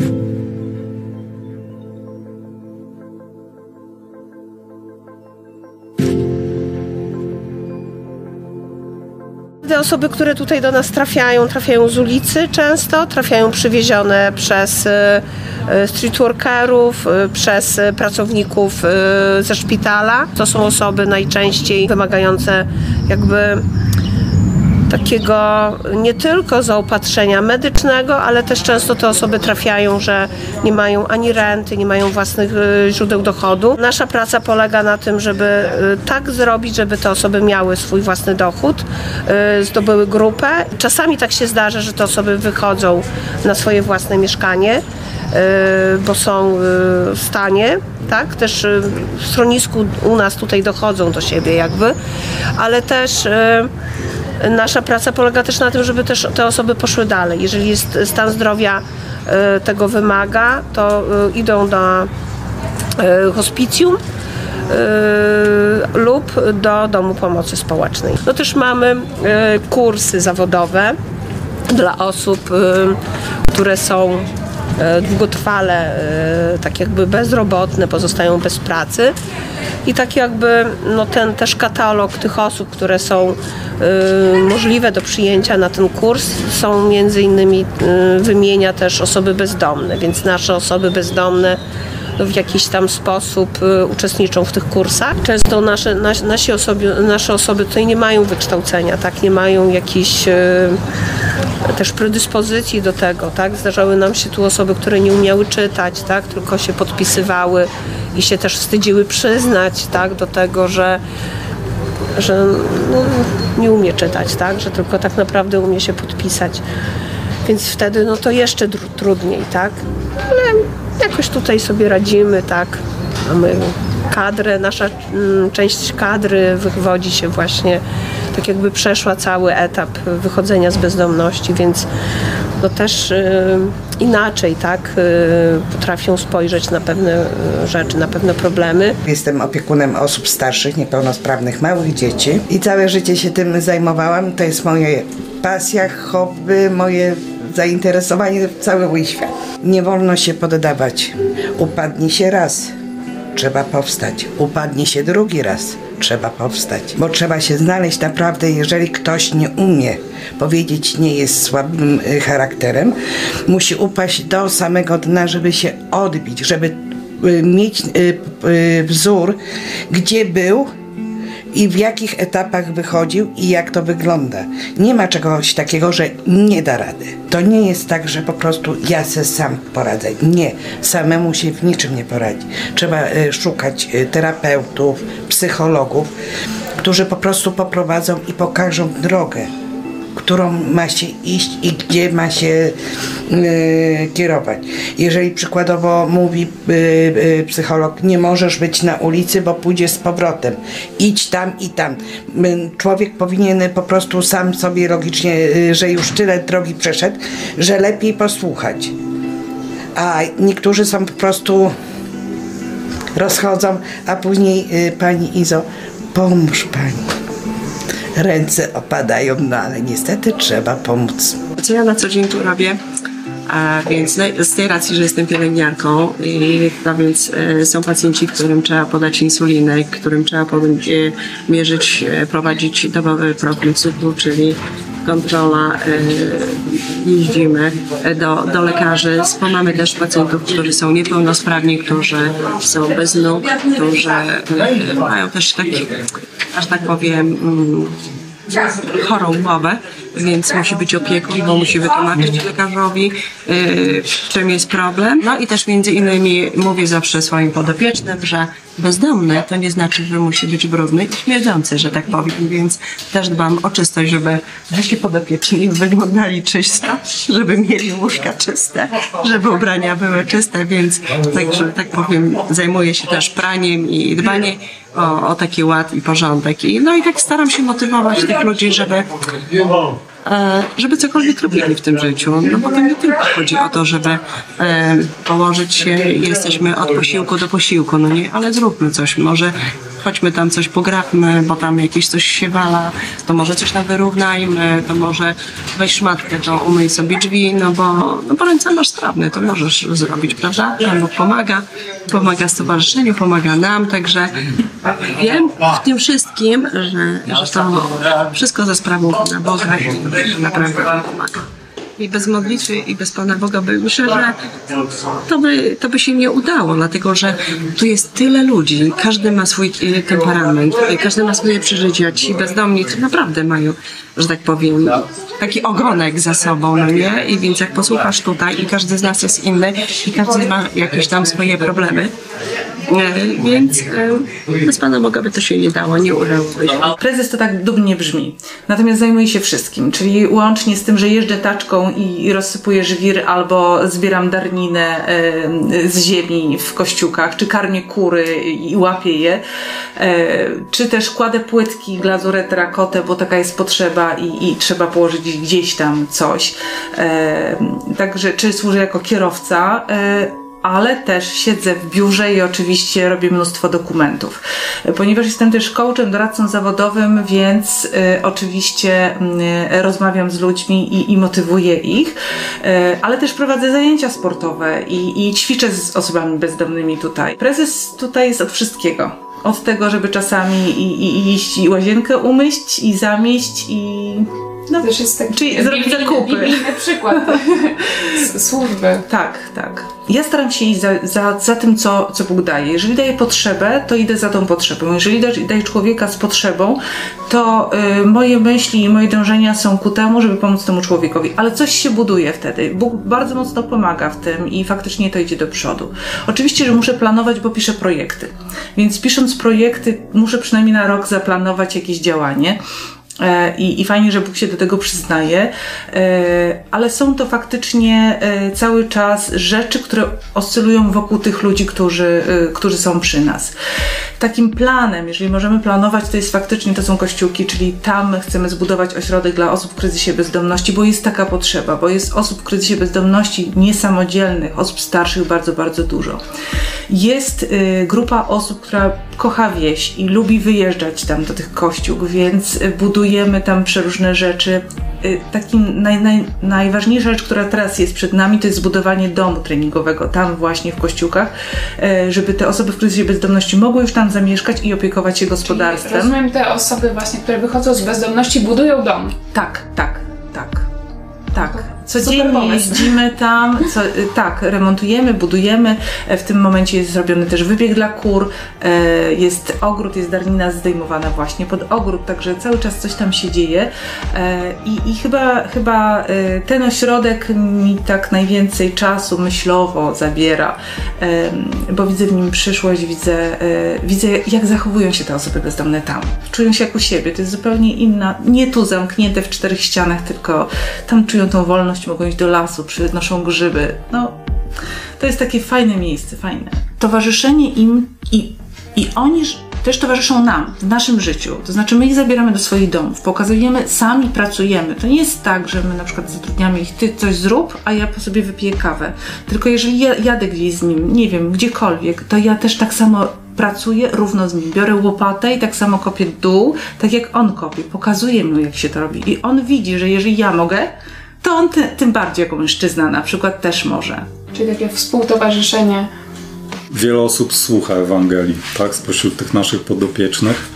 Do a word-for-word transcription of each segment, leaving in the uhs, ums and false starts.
Te osoby, które tutaj do nas trafiają, trafiają z ulicy często, trafiają przywiezione przez streetworkerów, przez pracowników ze szpitala. To są osoby najczęściej wymagające jakby takiego nie tylko zaopatrzenia medycznego, ale też często te osoby trafiają, że nie mają ani renty, nie mają własnych źródeł dochodu. Nasza praca polega na tym, żeby tak zrobić, żeby te osoby miały swój własny dochód, zdobyły grupę. Czasami tak się zdarza, że te osoby wychodzą na swoje własne mieszkanie, bo są w stanie, tak? Też w schronisku u nas tutaj dochodzą do siebie jakby, ale też nasza praca polega też na tym, żeby też te osoby poszły dalej. Jeżeli jest stan zdrowia tego wymaga, to idą do hospicjum lub do domu pomocy społecznej. No też mamy kursy zawodowe dla osób, które są długotrwale tak jakby bezrobotne, pozostają bez pracy. I tak jakby no ten też katalog tych osób, które są y, możliwe do przyjęcia na ten kurs, są między innymi y, wymienia też osoby bezdomne, więc nasze osoby bezdomne w jakiś tam sposób y, uczestniczą w tych kursach. Często nasze, nas, nasi osoby, nasze osoby tutaj nie mają wykształcenia, tak, nie mają jakichś y, też predyspozycji do tego, tak. Zdarzały nam się tu osoby, które nie umiały czytać, tak, tylko się podpisywały i się też wstydziły przyznać, tak, do tego, że, że no, nie umie czytać, tak, że tylko tak naprawdę umie się podpisać. Więc wtedy no to jeszcze trudniej, tak, ale jakoś tutaj sobie radzimy, tak. Mamy kadrę, nasza m, część kadry wywodzi się właśnie, tak jakby przeszła cały etap wychodzenia z bezdomności, więc no też y, inaczej, tak, y, potrafią spojrzeć na pewne y, rzeczy, na pewne problemy. Jestem opiekunem osób starszych, niepełnosprawnych, małych dzieci i całe życie się tym zajmowałam. To jest moje pasja, hobby, moje zainteresowanie, cały mój świat. Nie wolno się poddawać. Upadnie się raz, trzeba powstać. Upadnie się drugi raz, trzeba powstać. Bo trzeba się znaleźć naprawdę, jeżeli ktoś nie umie powiedzieć, nie jest słabym charakterem, musi upaść do samego dna, żeby się odbić, żeby mieć wzór, gdzie był i w jakich etapach wychodził i jak to wygląda. Nie ma czegoś takiego, że nie da rady. To nie jest tak, że po prostu ja se sam poradzę. Nie, samemu się w niczym nie poradzi. Trzeba szukać terapeutów, psychologów, którzy po prostu poprowadzą i pokażą drogę, którą ma się iść i gdzie ma się y, kierować. Jeżeli przykładowo mówi y, y, psycholog, nie możesz być na ulicy, bo pójdziesz z powrotem. Idź tam i tam. Y, człowiek powinien po prostu sam sobie logicznie, y, że już tyle drogi przeszedł, że lepiej posłuchać. A niektórzy są po prostu rozchodzą, a później y, pani Izo, pomóż pani. Ręce opadają, no ale niestety trzeba pomóc. Co ja na co dzień tu robię? A więc z tej racji, że jestem pielęgniarką, i, a więc e, są pacjenci, którym trzeba podać insulinę, którym trzeba podać, e, mierzyć, e, prowadzić dobowy profil cukru, czyli kontrola, e, jeździmy do, do lekarzy. Mamy też pacjentów, którzy są niepełnosprawni, którzy są bez nóg, którzy e, mają też taki, aż tak powiem, mm, chorą głowę, więc musi być opiekun, bo musi wytłumaczyć lekarzowi, yy, w czym jest problem. No i też między innymi mówię zawsze swoim podopiecznym, że bezdomny to nie znaczy, że musi być brudny i śmierdzący, że tak powiem, więc też dbam o czystość, żeby nasi podopieczni wyglądali czysto, żeby mieli łóżka czyste, żeby ubrania były czyste, więc także, tak powiem, zajmuję się też praniem i dbaniem o, o taki ład i porządek. I, no i tak staram się motywować tych ludzi, żeby żeby cokolwiek robili w tym życiu. No bo to nie tylko chodzi o to, żeby e, położyć się, jesteśmy od posiłku do posiłku, no nie, ale zróbmy coś. Może chodźmy tam coś pograbmy, bo tam jakieś coś się wala, to może coś tam wyrównajmy, to może weź szmatkę, to umyj sobie drzwi, no bo, no bo ręce masz sprawne, to możesz zrobić, prawda? Pan Bóg pomaga, pomaga stowarzyszeniu, pomaga nam, także wiem w tym wszystkim, że, że to wszystko ze sprawą Pana Boga i naprawdę Pan pomaga. I bez modlitwy i bez Pana Boga, by, myślę, że to by, to by się nie udało, dlatego że tu jest tyle ludzi, każdy ma swój temperament, każdy ma swoje przeżycia, ci bezdomni to naprawdę mają, że tak powiem, taki ogonek za sobą, no nie? I więc jak posłuchasz tutaj i każdy z nas jest inny i każdy ma jakieś tam swoje problemy, więc bez Pana Boga by to się nie dało, nie udałoby się. Prezes to tak dumnie brzmi, natomiast zajmuję się wszystkim, czyli łącznie z tym, że jeżdżę taczką i rozsypuję żwir albo zbieram darninę z ziemi w kościółkach, czy karmię kury i łapię je, czy też kładę płytki, glazurę, terakotę, bo taka jest potrzeba i, i trzeba położyć gdzieś tam coś. Także czy służę jako kierowca, ale też siedzę w biurze i oczywiście robię mnóstwo dokumentów. Ponieważ jestem też coachem, doradcą zawodowym, więc y, oczywiście y, rozmawiam z ludźmi i, i motywuję ich, y, ale też prowadzę zajęcia sportowe i, i ćwiczę z osobami bezdomnymi tutaj. Prezes tutaj jest od wszystkiego. Od tego, żeby czasami i, i, i iść i łazienkę umyć i zamieść i... No, też jest taki czyli zrobić zakupy. Biblijny przykład służby. Tak, tak. Ja staram się iść za, za, za tym, co, co Bóg daje. Jeżeli daje potrzebę, to idę za tą potrzebą. Jeżeli daje, daje człowieka z potrzebą, to y, moje myśli i moje dążenia są ku temu, żeby pomóc temu człowiekowi. Ale coś się buduje wtedy. Bóg bardzo mocno pomaga w tym i faktycznie to idzie do przodu. Oczywiście, że muszę planować, bo piszę projekty. Więc pisząc projekty, muszę przynajmniej na rok zaplanować jakieś działanie. I, I fajnie, że Bóg się do tego przyznaje, ale są to faktycznie cały czas rzeczy, które oscylują wokół tych ludzi, którzy, którzy są przy nas. Takim planem, jeżeli możemy planować, to jest faktycznie, to są kościółki, czyli tam chcemy zbudować ośrodek dla osób w kryzysie bezdomności, bo jest taka potrzeba, bo jest osób w kryzysie bezdomności niesamodzielnych, osób starszych bardzo, bardzo dużo. Jest grupa osób, która kocha wieś i lubi wyjeżdżać tam do tych kościół, więc budujemy tam przeróżne rzeczy. Takim naj, naj, najważniejsza rzecz, która teraz jest przed nami, to jest zbudowanie domu treningowego tam właśnie w kościółkach, żeby te osoby w kryzysie bezdomności mogły już tam zamieszkać i opiekować się gospodarstwem. Czyli rozumiem, te osoby właśnie, które wychodzą z bezdomności, budują dom. Tak, tak, tak, tak. Codziennie jeździmy tam, co, tak, remontujemy, budujemy. W tym momencie jest zrobiony też wybieg dla kur, jest ogród, jest darnina zdejmowana właśnie pod ogród, także cały czas coś tam się dzieje. I, i chyba, chyba ten ośrodek mi tak najwięcej czasu myślowo zabiera, bo widzę w nim przyszłość, widzę, widzę jak zachowują się te osoby bezdomne tam. Czują się jak u siebie, to jest zupełnie inna, nie tu zamknięte w czterech ścianach, tylko tam czują tą wolność, mogą iść do lasu, przynoszą grzyby. No, to jest takie fajne miejsce, fajne. Towarzyszenie im i, i oni też towarzyszą nam w naszym życiu. To znaczy my ich zabieramy do swoich domów, pokazujemy, sami pracujemy. To nie jest tak, że my na przykład zatrudniamy ich, ty coś zrób, a ja po sobie wypiję kawę. Tylko jeżeli ja jadę gdzieś z nim, nie wiem, gdziekolwiek, to ja też tak samo pracuję równo z nim. Biorę łopatę i tak samo kopię dół, tak jak on kopie. Pokazuję mu, jak się to robi. I on widzi, że jeżeli ja mogę, to on ty, tym bardziej jako mężczyzna na przykład też może. Czyli takie współtowarzyszenie. Wiele osób słucha Ewangelii, tak, spośród tych naszych podopiecznych,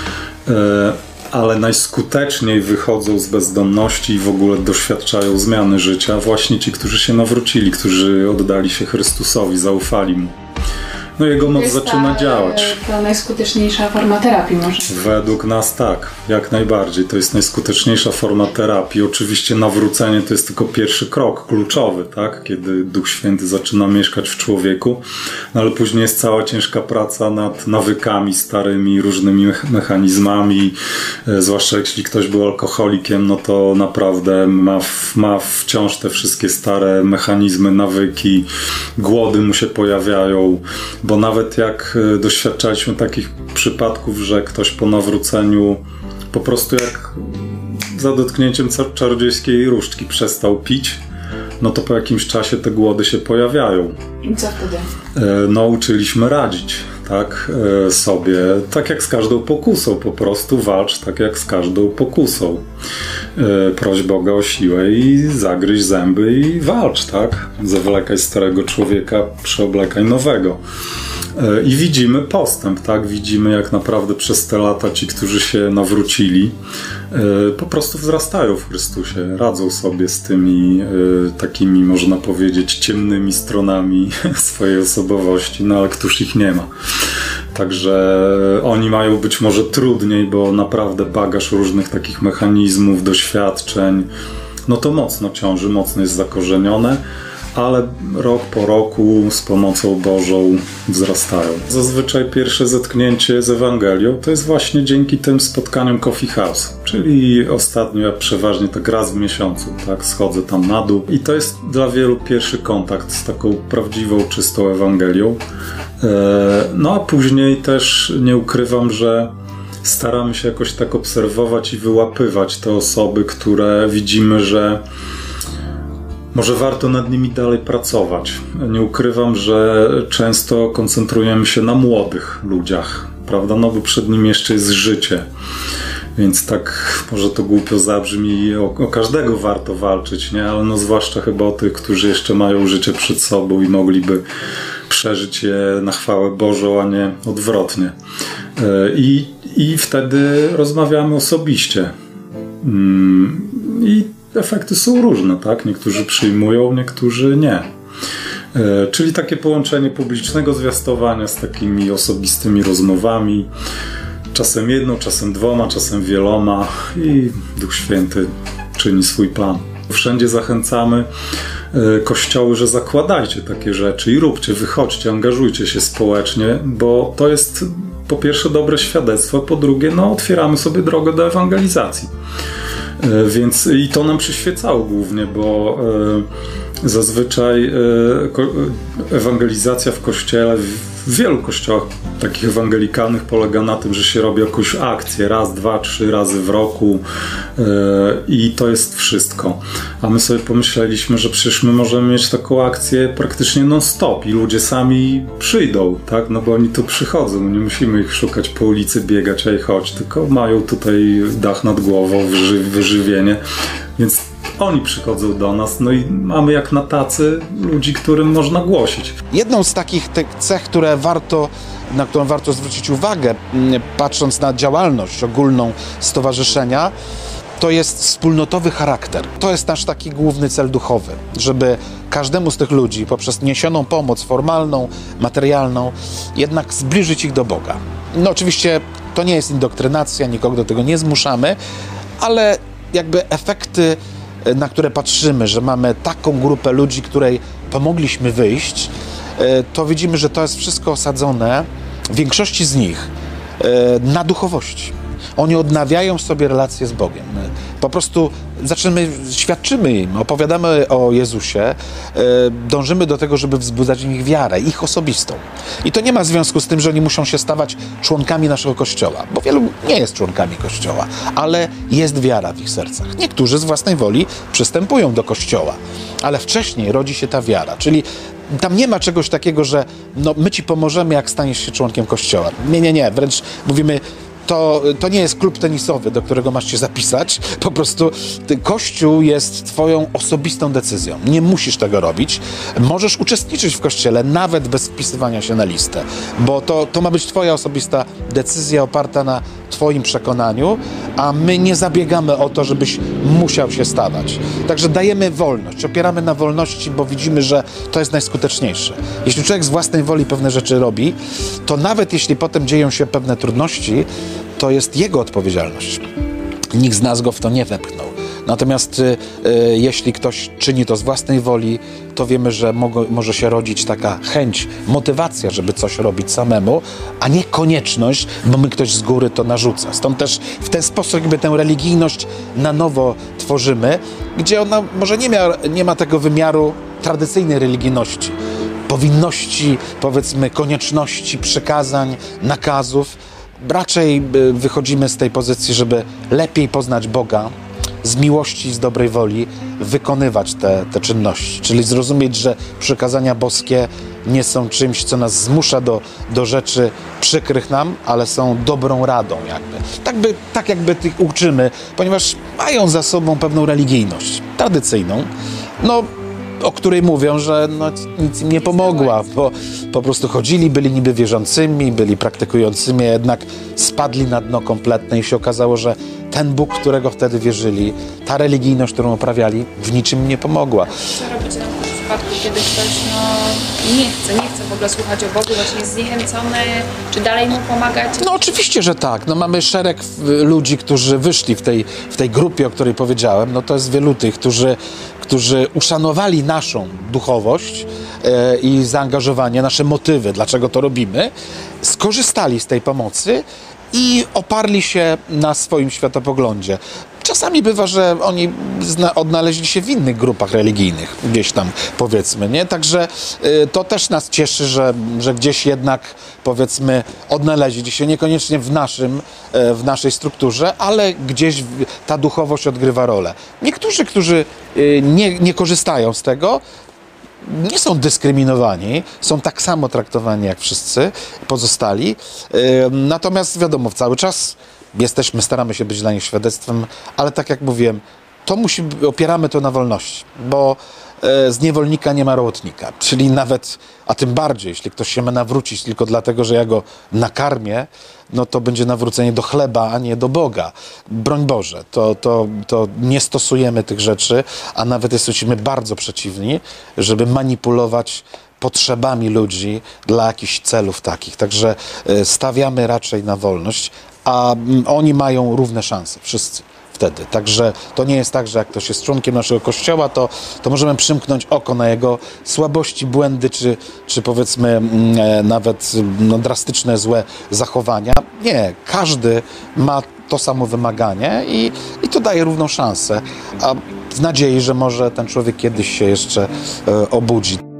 e, ale najskuteczniej wychodzą z bezdomności i w ogóle doświadczają zmiany życia właśnie ci, którzy się nawrócili, którzy oddali się Chrystusowi, zaufali Mu. No jego moc zaczyna ta, działać. To najskuteczniejsza forma terapii może? Według nas tak, jak najbardziej. To jest najskuteczniejsza forma terapii. Oczywiście nawrócenie to jest tylko pierwszy krok, kluczowy, tak? Kiedy Duch Święty zaczyna mieszkać w człowieku, no ale później jest cała ciężka praca nad nawykami starymi, różnymi mechanizmami, e, zwłaszcza jeśli ktoś był alkoholikiem, no to naprawdę ma, ma wciąż te wszystkie stare mechanizmy, nawyki, głody mu się pojawiają. Bo nawet jak doświadczaliśmy takich przypadków, że ktoś po nawróceniu po prostu jak za dotknięciem czarodziejskiej różdżki przestał pić, no to po jakimś czasie te głody się pojawiają. I co wtedy? No, uczyliśmy radzić. tak, sobie, tak jak z każdą pokusą, po prostu walcz tak jak z każdą pokusą. Proś Boga o siłę i zagryź zęby i walcz, tak? Zawlekaj starego człowieka, przeoblekaj nowego. I widzimy postęp, tak? Widzimy, jak naprawdę przez te lata ci, którzy się nawrócili, po prostu wzrastają w Chrystusie, radzą sobie z tymi takimi, można powiedzieć, ciemnymi stronami swojej osobowości, no ale któż ich nie ma. Także oni mają być może trudniej, bo naprawdę bagaż różnych takich mechanizmów, doświadczeń, no to mocno ciąży, mocno jest zakorzenione, ale rok po roku z pomocą Bożą wzrastają. Zazwyczaj pierwsze zetknięcie z Ewangelią to jest właśnie dzięki tym spotkaniom Coffee House, czyli ostatnio ja przeważnie tak raz w miesiącu, tak, schodzę tam na dół i to jest dla wielu pierwszy kontakt z taką prawdziwą, czystą Ewangelią. No a później też nie ukrywam, że staramy się jakoś tak obserwować i wyłapywać te osoby, które widzimy, że może warto nad nimi dalej pracować. Nie ukrywam, że często koncentrujemy się na młodych ludziach, prawda? No bo przed nimi jeszcze jest życie. Więc tak może to głupio zabrzmi, o, o każdego warto walczyć, nie? Ale no zwłaszcza chyba o tych, którzy jeszcze mają życie przed sobą i mogliby przeżyć je na chwałę Bożą, a nie odwrotnie. I, i wtedy rozmawiamy osobiście. I efekty są różne, tak? Niektórzy przyjmują, niektórzy nie. Czyli takie połączenie publicznego zwiastowania z takimi osobistymi rozmowami, czasem jedną, czasem dwoma, czasem wieloma i Duch Święty czyni swój plan. Wszędzie zachęcamy kościoły, że zakładajcie takie rzeczy i róbcie, wychodźcie, angażujcie się społecznie, bo to jest po pierwsze dobre świadectwo, po drugie no, otwieramy sobie drogę do ewangelizacji. Więc i to nam przyświecało głównie, bo zazwyczaj ewangelizacja w kościele, w wielu kościołach takich ewangelikalnych polega na tym, że się robi jakąś akcję raz, dwa, trzy razy w roku i to jest wszystko. A my sobie pomyśleliśmy, że przecież my możemy mieć taką akcję praktycznie non-stop i ludzie sami przyjdą, tak? No bo oni tu przychodzą, nie musimy ich szukać po ulicy, biegać, ej chodź, tylko mają tutaj dach nad głową, wyży- wyżywienie, więc oni przychodzą do nas, no i mamy jak na tacy ludzi, którym można głosić. Jedną z takich tych cech, które warto, na którą warto zwrócić uwagę, patrząc na działalność ogólną stowarzyszenia, to jest wspólnotowy charakter. To jest nasz taki główny cel duchowy, żeby każdemu z tych ludzi poprzez niesioną pomoc formalną, materialną, jednak zbliżyć ich do Boga. No oczywiście to nie jest indoktrynacja, nikogo do tego nie zmuszamy, ale jakby efekty, na które patrzymy, że mamy taką grupę ludzi, której pomogliśmy wyjść, to widzimy, że to jest wszystko osadzone, w większości z nich, na duchowości. Oni odnawiają sobie relacje z Bogiem. Po prostu zaczynamy, świadczymy im, opowiadamy o Jezusie, dążymy do tego, żeby wzbudzać w nich wiarę, ich osobistą. I to nie ma związku z tym, że oni muszą się stawać członkami naszego Kościoła, bo wielu nie jest członkami Kościoła, ale jest wiara w ich sercach. Niektórzy z własnej woli przystępują do Kościoła, ale wcześniej rodzi się ta wiara, czyli tam nie ma czegoś takiego, że no, my ci pomożemy, jak staniesz się członkiem Kościoła. Nie, nie, nie, wręcz mówimy, To, to nie jest klub tenisowy, do którego masz się zapisać. Po prostu Kościół jest twoją osobistą decyzją. Nie musisz tego robić. Możesz uczestniczyć w Kościele nawet bez wpisywania się na listę, bo to, to ma być twoja osobista decyzja oparta na twoim przekonaniu, a my nie zabiegamy o to, żebyś musiał się stawać. Także dajemy wolność, opieramy na wolności, bo widzimy, że to jest najskuteczniejsze. Jeśli człowiek z własnej woli pewne rzeczy robi, to nawet jeśli potem dzieją się pewne trudności, to jest jego odpowiedzialność. Nikt z nas go w to nie wepchnął. Natomiast y, y, jeśli ktoś czyni to z własnej woli, to wiemy, że mo- może się rodzić taka chęć, motywacja, żeby coś robić samemu, a nie konieczność, bo my ktoś z góry to narzuca. Stąd też w ten sposób jakby tę religijność na nowo tworzymy, gdzie ona może nie ma, nie ma tego wymiaru tradycyjnej religijności, powinności, powiedzmy, konieczności, przykazań, nakazów. Raczej wychodzimy z tej pozycji, żeby lepiej poznać Boga, z miłości i z dobrej woli wykonywać te, te czynności. Czyli zrozumieć, że przykazania boskie nie są czymś, co nas zmusza do, do rzeczy przykrych nam, ale są dobrą radą jakby. Tak, by, tak jakby tych uczymy, ponieważ mają za sobą pewną religijność tradycyjną, no, o której mówią, że no, nic im nie pomogła, bo po prostu chodzili, byli niby wierzącymi, byli praktykującymi, a jednak spadli na dno kompletne i się okazało, że ten Bóg, którego wtedy wierzyli, ta religijność, którą uprawiali, w niczym nie pomogła. Co robić na w przypadku, kiedy ktoś no, nie chce, nie chce w ogóle słuchać o Bogu, właśnie jest zniechęcony, czy dalej mu pomagać? No oczywiście, że tak. No, mamy szereg ludzi, którzy wyszli w tej, w tej grupie, o której powiedziałem. No to jest wielu tych, którzy, którzy uszanowali naszą duchowość e, i zaangażowanie, nasze motywy, dlaczego to robimy, skorzystali z tej pomocy i oparli się na swoim światopoglądzie. Czasami bywa, że oni zna, odnaleźli się w innych grupach religijnych, gdzieś tam powiedzmy, nie? Także y, to też nas cieszy, że, że gdzieś jednak powiedzmy odnaleźli się, niekoniecznie w naszym, y, w naszej strukturze, ale gdzieś w, ta duchowość odgrywa rolę. Niektórzy, którzy y, nie, nie korzystają z tego, nie są dyskryminowani, są tak samo traktowani jak wszyscy pozostali. Yy, natomiast wiadomo, cały czas jesteśmy, staramy się być dla nich świadectwem, ale tak jak mówiłem, to musi, opieramy to na wolności, bo yy, z niewolnika nie ma robotnika. Czyli nawet, a tym bardziej, jeśli ktoś się ma nawrócić tylko dlatego, że ja go nakarmię, no to będzie nawrócenie do chleba, a nie do Boga. Broń Boże, to, to, to nie stosujemy tych rzeczy, a nawet jesteśmy bardzo przeciwni, żeby manipulować potrzebami ludzi dla jakichś celów takich. Także stawiamy raczej na wolność, a oni mają równe szanse, wszyscy. Wtedy. Także to nie jest tak, że jak ktoś jest członkiem naszego kościoła, to, to możemy przymknąć oko na jego słabości, błędy, czy, czy powiedzmy e, nawet no, drastyczne, złe zachowania. Nie, każdy ma to samo wymaganie i, i to daje równą szansę, a w nadziei, że może ten człowiek kiedyś się jeszcze e, obudzi.